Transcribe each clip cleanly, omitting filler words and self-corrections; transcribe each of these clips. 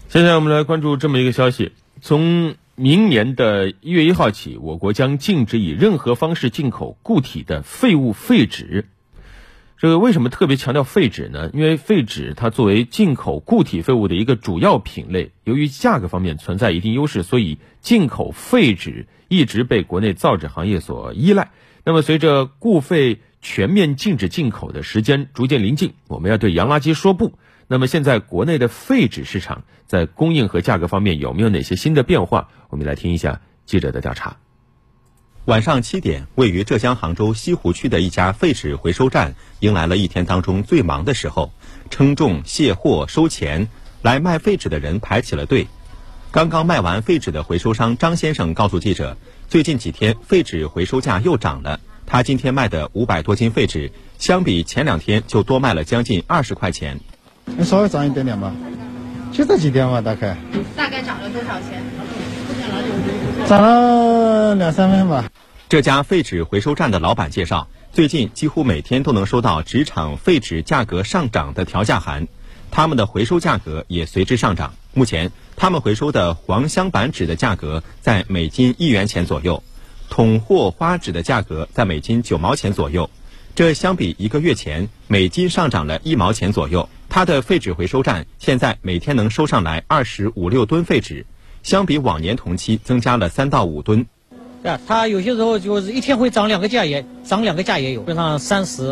现在我们来关注这么一个消息，从明年的1月1号起，我国将禁止以任何方式进口固体的废物废纸。这个为什么特别强调废纸呢？因为废纸它作为进口固体废物的一个主要品类，由于价格方面存在一定优势，所以进口废纸一直被国内造纸行业所依赖。那么随着固废全面禁止进口的时间逐渐临近，我们要对洋垃圾说不。那么现在国内的废纸市场在供应和价格方面有没有哪些新的变化？我们来听一下记者的调查。 晚上7点，位于浙江杭州西湖区的一家废纸回收站迎来了一天当中最忙的时候，称重、卸货、收钱，来卖废纸的人排起了队。刚刚卖完废纸的回收商张先生告诉记者，最近几天废纸回收价又涨了，他今天卖的500多斤废纸，相比前2天就多卖了将近20块钱。 稍微涨一点点吧，就这几天吧，大概涨了多少钱？ 涨了2-3分吧。 这家废纸回收站的老板介绍，最近几乎每天都能收到纸厂废纸价格上涨的调价函，他们的回收价格也随之上涨。目前他们回收的黄镶板纸的价格在每斤1元钱左右，统货花纸的价格在每斤9毛钱左右，这相比1个月前每斤上涨了1毛钱左右。他的废纸回收站现在每天能收上来25、6吨废纸，相比往年同期增加了3到5吨。 他有些时候就是一天会涨2个价，也有，基本上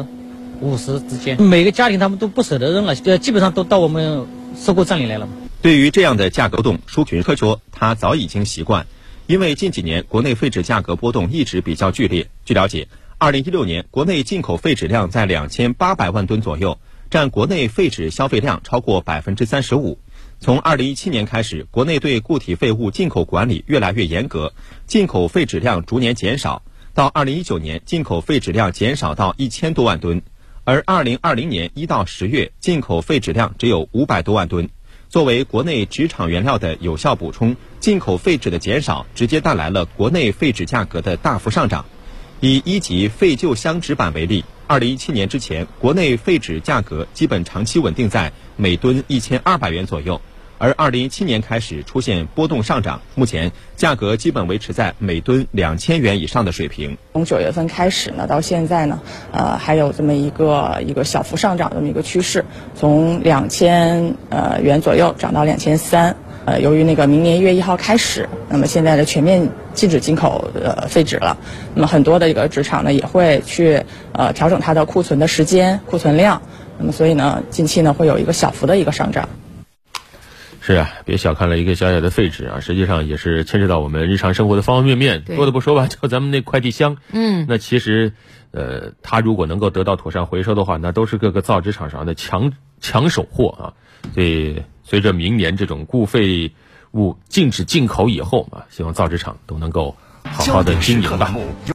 30、50之间。每个家庭他们都不舍得扔了，基本上都到我们收购站里来了。 对于这样的价格波动，舒群科说他早已经习惯，因为近几年国内废纸价格波动一直比较剧烈。据了解，2016年国内进口废纸量在2800万吨左右，占国内废纸消费量超过35%。从2017年开始，国内对固体废物进口管理越来越严格，进口废纸量逐年减少，到2019年进口废纸量减少到1000多万吨，而2020年1到10月进口废纸量只有500多万吨。作为国内纸厂原料的有效补充，进口废纸的减少直接带来了国内废纸价格的大幅上涨。以1级废旧镶纸板为例，2017年之前，国内废纸价格基本长期稳定在每吨1200元左右，而2017年开始出现波动上涨，目前价格基本维持在每吨2000元以上的水平。 从9月份开始呢，到现在呢，还有这么一个小幅上涨的这么一个趋势，从2000元左右涨到2300。由于明年1月1号开始，那么现在的全面禁止进口废纸了，那么很多的这个纸厂呢也会去调整它的库存的时间、库存量，那么所以呢，近期呢会有一个小幅的一个上涨。 是啊，别小看了一个小小的废纸啊，实际上也是牵扯到我们日常生活的方方面面。多的不说吧，就咱们那快递箱，那其实它如果能够得到妥善回收的话，那都是各个造纸厂商的抢手货啊。所以随着明年这种固废物禁止进口以后啊，希望造纸厂都能够好好的经营吧。